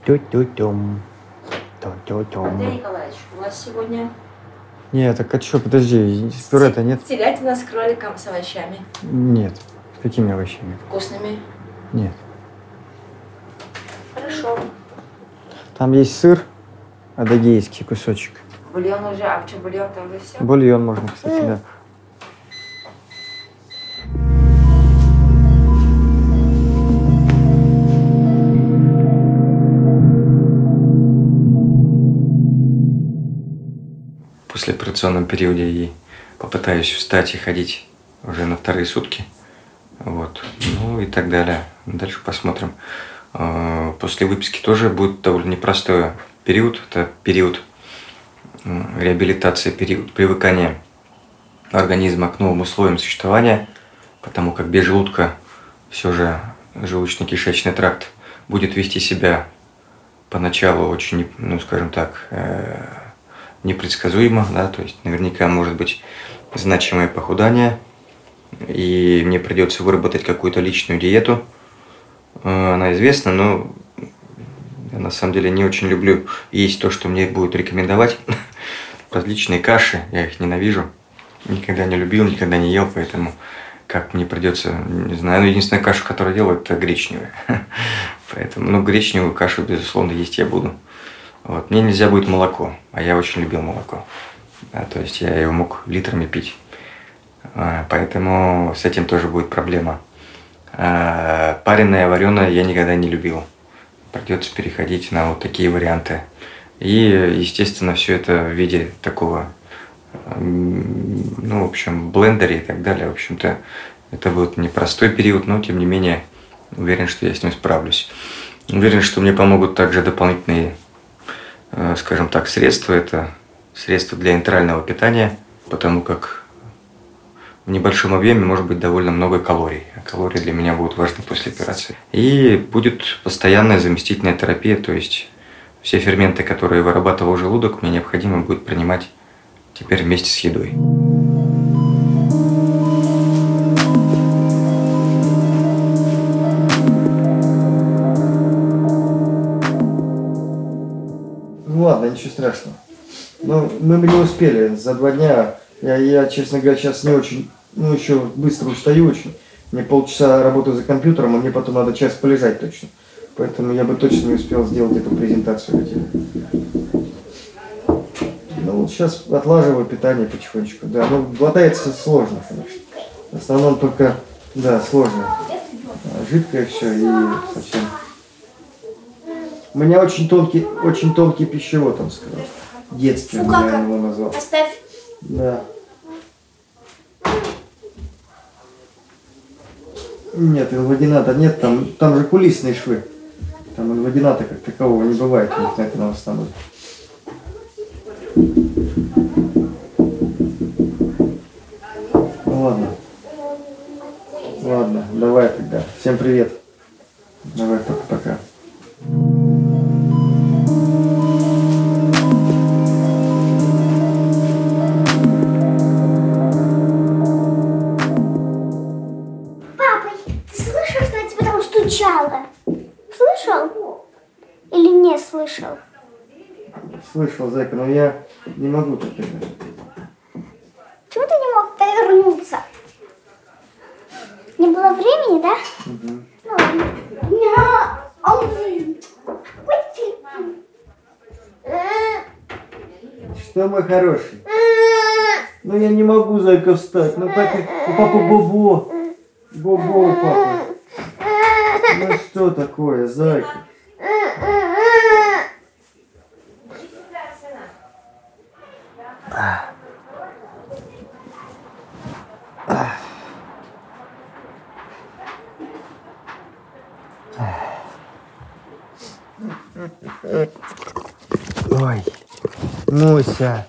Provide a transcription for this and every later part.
Тю-тю-тюм. Андрей Тю-тю-тюм. Николаевич, у вас сегодня Нет, так а что, подожди, пюре-то нет? телятина с кроликом с овощами. Нет. С какими овощами? Вкусными. Нет. Хорошо. Там есть сыр, адыгейский кусочек. Бульон уже, а что, бульон-то уже все? Бульон можно, кстати, да. В послеоперационном периоде и попытаюсь встать и ходить уже на вторые сутки. Вот. Ну и так далее. Дальше посмотрим. После выписки тоже будет довольно непростой период. Это период реабилитации, период привыкания организма к новым условиям существования, потому как без желудка все же желудочно-кишечный тракт будет вести себя поначалу очень, ну скажем так, непредсказуемо, да, то есть наверняка может быть значимое похудание, и мне придется выработать какую-то личную диету. Она известна, но я на самом деле не очень люблю есть то, что мне будут рекомендовать. Различные каши, я их ненавижу. Никогда не любил, никогда не ел, поэтому как мне придется, не знаю. Ну, единственная каша, которую делаю, это гречневая. Поэтому, ну, гречневую кашу, безусловно, есть я буду. Вот. Мне нельзя будет молоко, а я очень любил молоко. Да, то есть я его мог литрами пить. Поэтому с этим тоже будет проблема. Пареное, вареное я никогда не любил. Придется переходить на вот такие варианты. И, естественно, все это в виде такого, ну, в общем, блендере и так далее. В общем-то, это будет непростой период, но, тем не менее, уверен, что я с ним справлюсь. Уверен, что мне помогут также дополнительные, скажем так, средства. Это средства для энтерального питания, потому как в небольшом объеме может быть довольно много калорий. А калории для меня будут важны после операции. И будет постоянная заместительная терапия, то есть все ферменты, которые вырабатывал желудок, мне необходимо будет принимать теперь вместе с едой. Ну ладно, ничего страшного. Но мы бы не успели за 2 дня. Я, честно говоря, сейчас не очень, ну еще быстро устаю очень. Мне полчаса работаю за компьютером, а мне потом надо час полежать точно. Поэтому я бы точно не успел сделать эту презентацию. Ну вот сейчас отлаживаю питание потихонечку. Да, ну глотается сложно, конечно. В основном только, да, сложно. Жидкое все и совсем. У меня очень тонкий пищевод, он сказал. Детский, я его назвал. Оставь. Да. Нет, инвагината нет, там же кулисные швы. Там инвагината как такового не бывает, на это нам становится. Ладно. Ладно, давай тогда. Всем привет. Давай, пока-пока. Слышал? Или не слышал? Слышал, зайка, но я не могу так делать. Почему ты не мог повернуться? Не было времени, да? Угу. Ну ладно. Что, мой хороший? Ну я не могу, зайка, встать. Ну так у папы Бобо. Бобо у папы. Ну что такое, зайка? Ой, Муся.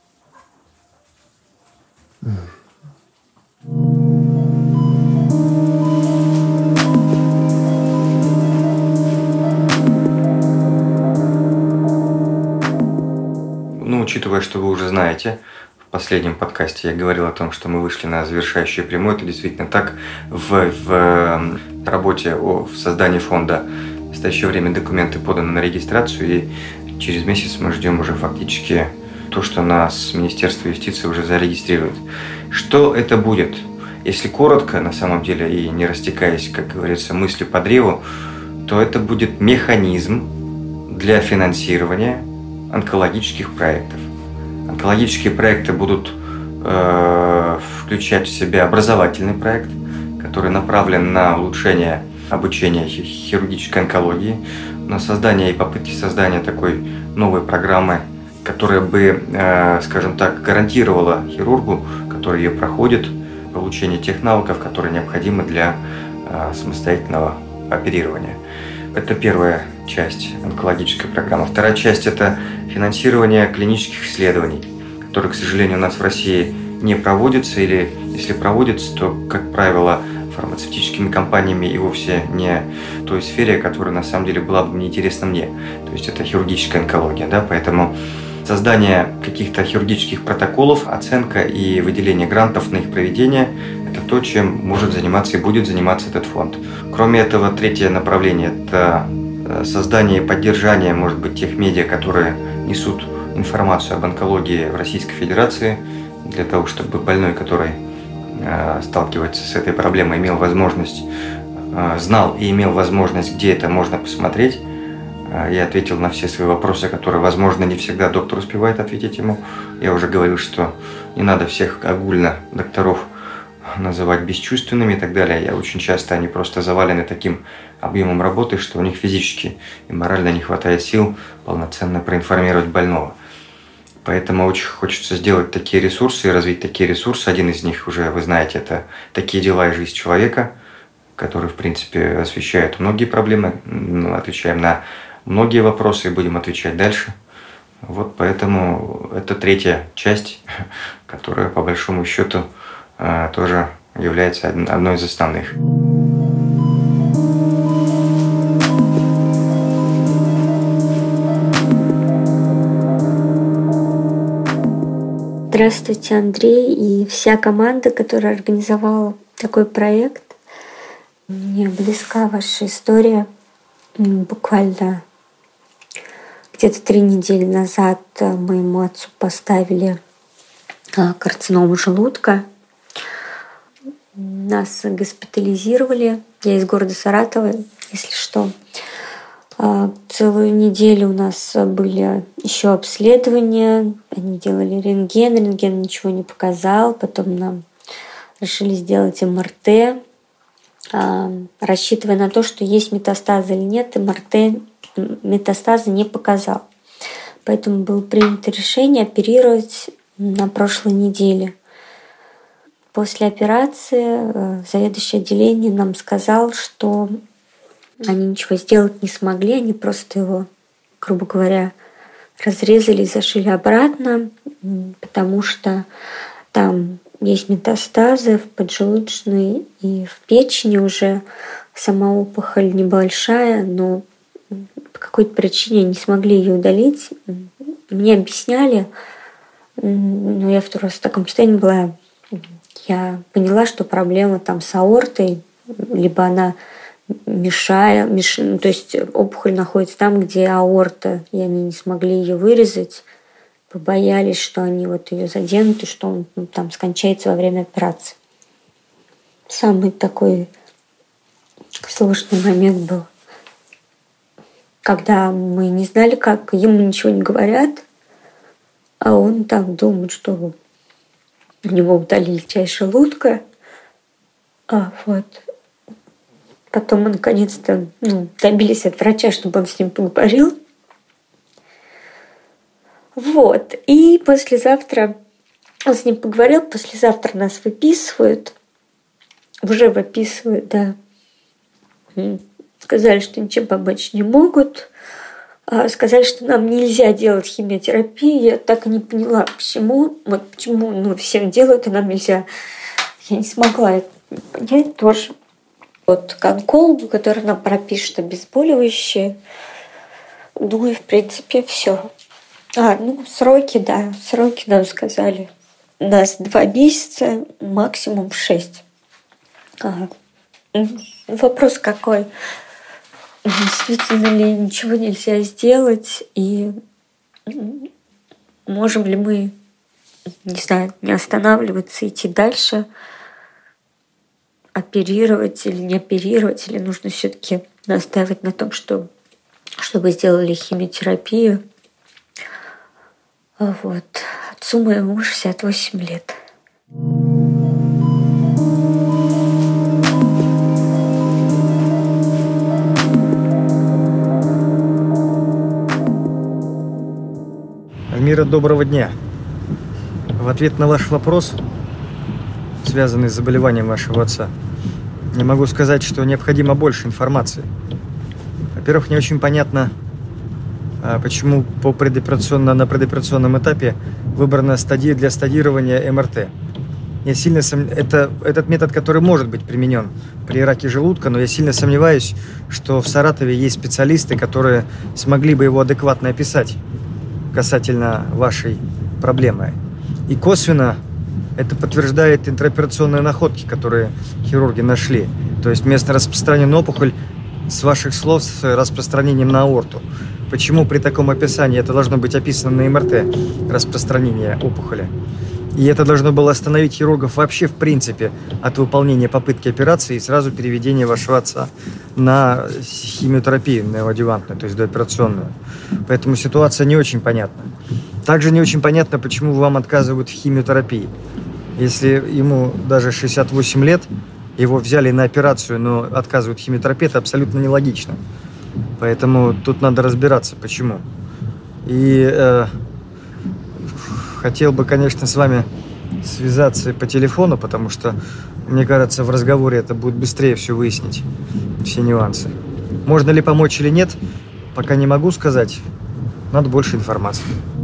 Ну, учитывая, что вы уже знаете, в последнем подкасте я говорил о том, что мы вышли на завершающую прямую. Это действительно так. В работе в создании фонда В настоящее время документы поданы на регистрацию, и через месяц мы ждем уже фактически то, что нас Министерство юстиции уже зарегистрирует. Что это будет? Если коротко, на самом деле, и не растекаясь, как говорится, мыслью по древу, то это будет механизм для финансирования онкологических проектов. Онкологические проекты будут включать в себя образовательный проект, который направлен на улучшение обучения хирургической онкологии, на создание и попытки создания такой новой программы, которая бы, скажем так, гарантировала хирургу, который ее проходит, получение тех навыков, которые необходимы для самостоятельного оперирования. Это первая часть онкологической программы. Вторая часть – это финансирование клинических исследований, которые, к сожалению, у нас в России не проводятся, или если проводятся, то, как правило, фармацевтическими компаниями и вовсе не в той сфере, которая на самом деле была бы неинтересна мне. То есть это хирургическая онкология, да, поэтому создание каких-то хирургических протоколов, оценка и выделение грантов на их проведение – это то, чем может заниматься и будет заниматься этот фонд. Кроме этого, третье направление – это создание и поддержание, может быть, тех медиа, которые несут информацию об онкологии в Российской Федерации, для того, чтобы больной, который сталкивается с этой проблемой, имел возможность, знал и имел возможность, где это можно посмотреть. Я ответил на все свои вопросы, которые, возможно, не всегда доктор успевает ответить ему. Я уже говорил, что не надо всех огульно докторов называть бесчувственными и так далее. Очень часто они просто завалены таким объемом работы, что у них физически и морально не хватает сил полноценно проинформировать больного. Поэтому очень хочется сделать такие ресурсы и развить такие ресурсы. Один из них уже, вы знаете, это «Такие дела и жизнь человека», который, в принципе, освещает многие проблемы. Мы отвечаем на многие вопросы и будем отвечать дальше. Вот поэтому это третья часть, которая, по большому счету, тоже является одной из основных. Здравствуйте, Андрей и вся команда, которая организовала такой проект. Мне близка ваша история. Буквально где-то 3 недели назад моему отцу поставили карциному желудка. Нас госпитализировали. Я из города Саратова, если что. Целую неделю у нас были еще обследования. Они делали рентген. Рентген ничего не показал. Потом нам решили сделать МРТ, рассчитывая на то, что есть метастазы или нет. МРТ метастазы не показал. Поэтому было принято решение оперировать на прошлой неделе. После операции заведующий отделением нам сказал, что они ничего сделать не смогли, они просто его, грубо говоря, разрезали и зашили обратно, потому что там есть метастазы в поджелудочной и в печени уже. Сама опухоль небольшая, но по какой-то причине не смогли ее удалить. Мне объясняли, но я в таком состоянии была. Я поняла, что проблема там с аортой, либо она то есть опухоль находится там, где аорта, и они не смогли ее вырезать, побоялись, что они ее заденут, и что он там скончается во время операции. Самый такой сложный момент был, когда мы не знали, как, ему ничего не говорят, а он так думает, что у него удалили часть желудка. Потом мы наконец-то добились от врача, чтобы он с ним поговорил. И послезавтра он с ним поговорил, послезавтра нас выписывают. Уже выписывают, да. Сказали, что ничем помочь не могут. Сказали, что нам нельзя делать химиотерапию. Я так и не поняла, почему. Почему всем делают, а нам нельзя. Я не смогла это понять тоже. К онкологу, который нам пропишет обезболивающее. И, в принципе, все. Сроки нам сказали. У нас 2 месяца, максимум 6. Вопрос какой? действительно ли ничего нельзя сделать, и можем ли мы, не знаю, не останавливаться, идти дальше, оперировать или не оперировать, или нужно все-таки настаивать на том, чтобы сделали химиотерапию. Вот. Отцу моему 68 лет. Альмира, доброго дня. В ответ на ваш вопрос, связанный с заболеванием вашего отца, я могу сказать, что необходимо больше информации. Во-первых, не очень понятно, почему на предоперационном этапе выбрана стадия для стадирования МРТ. Этот метод, который может быть применен при раке желудка, но я сильно сомневаюсь, что в Саратове есть специалисты, которые смогли бы его адекватно описать касательно вашей проблемы. И косвенно это подтверждает интраоперационные находки, которые хирурги нашли. То есть местно распространенная опухоль, с ваших слов, с распространением на аорту. Почему при таком описании это должно быть описано на МРТ, распространение опухоли? И это должно было остановить хирургов вообще в принципе от выполнения попытки операции и сразу переведения вашего отца на химиотерапию неоадъювантную, то есть дооперационную. Поэтому ситуация не очень понятна. Также не очень понятно, почему вам отказывают в химиотерапии. Если ему даже 68 лет, его взяли на операцию, но отказывают в химиотерапии, это абсолютно нелогично. Поэтому тут надо разбираться, почему. И хотел бы, конечно, с вами связаться по телефону, потому что, мне кажется, в разговоре это будет быстрее все выяснить, все нюансы. Можно ли помочь или нет, пока не могу сказать. Надо больше информации.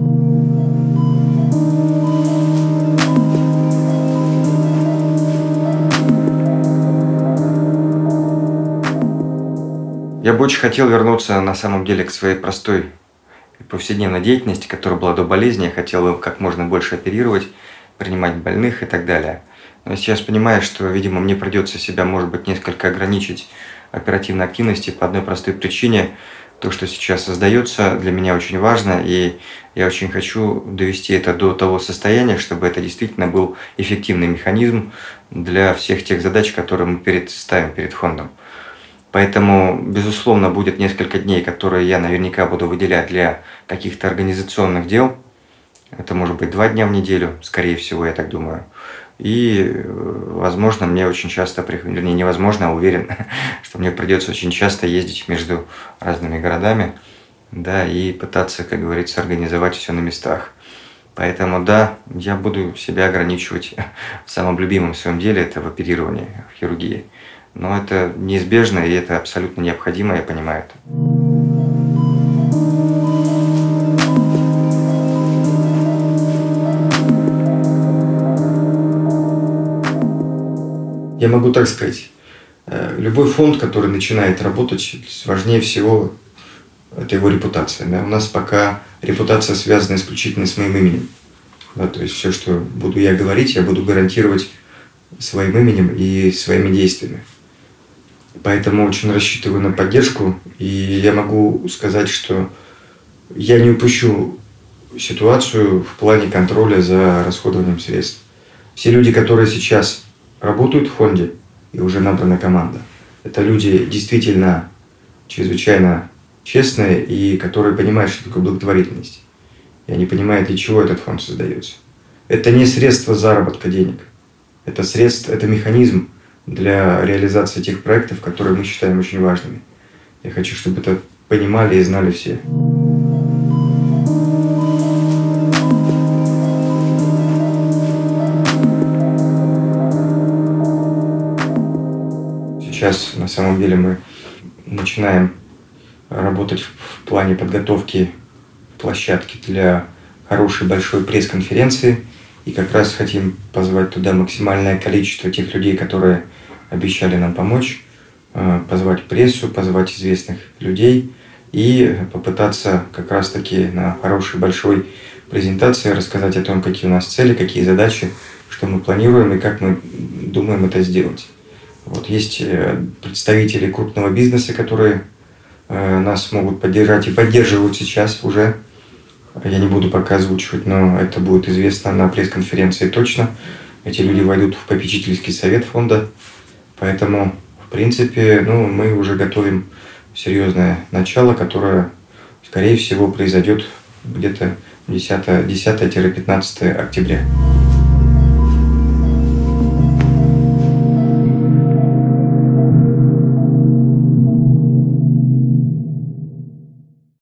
Я бы очень хотел вернуться на самом деле к своей простой повседневной деятельности, которая была до болезни. Я хотел как можно больше оперировать, принимать больных и так далее. Но сейчас понимаю, что, видимо, мне придется себя, может быть, несколько ограничить оперативной активности по одной простой причине. То, что сейчас создается, для меня очень важно, и я очень хочу довести это до того состояния, чтобы это действительно был эффективный механизм для всех тех задач, которые мы ставим перед фондом. Поэтому, безусловно, будет несколько дней, которые я наверняка буду выделять для каких-то организационных дел. Это может быть 2 дня в неделю, скорее всего, я так думаю. И, возможно, мне очень часто, вернее, невозможно, а уверен, что мне придется очень часто ездить между разными городами, да, и пытаться, как говорится, организовать все на местах. Поэтому, да, я буду себя ограничивать в самом любимом своем деле, это в оперировании, в хирургии. Но это неизбежно, и это абсолютно необходимо, я понимаю это. Я могу так сказать, любой фонд, который начинает работать, важнее всего это его репутация. Да? У нас пока репутация связана исключительно с моим именем. Да? То есть все, что буду я говорить, я буду гарантировать своим именем и своими действиями. Поэтому очень рассчитываю на поддержку, и я могу сказать, что я не упущу ситуацию в плане контроля за расходованием средств. Все люди, которые сейчас работают в фонде, и уже набрана команда, это люди действительно чрезвычайно честные и которые понимают, что такое благотворительность. И они понимают, для чего этот фонд создается. Это не средство заработка денег, это механизм для реализации тех проектов, которые мы считаем очень важными. Я хочу, чтобы это понимали и знали все. Сейчас, на самом деле, мы начинаем работать в плане подготовки площадки для хорошей большой пресс-конференции. И как раз хотим позвать туда максимальное количество тех людей, которые обещали нам помочь, позвать прессу, позвать известных людей и попытаться как раз-таки на хорошей большой презентации рассказать о том, какие у нас цели, какие задачи, что мы планируем и как мы думаем это сделать. Вот есть представители крупного бизнеса, которые Нас могут поддержать и поддерживают сейчас уже. Я не буду пока озвучивать, но это будет известно на пресс-конференции точно. Эти люди войдут в попечительский совет фонда. Поэтому, в принципе, мы уже готовим серьезное начало, которое, скорее всего, произойдет где-то 10-15 октября.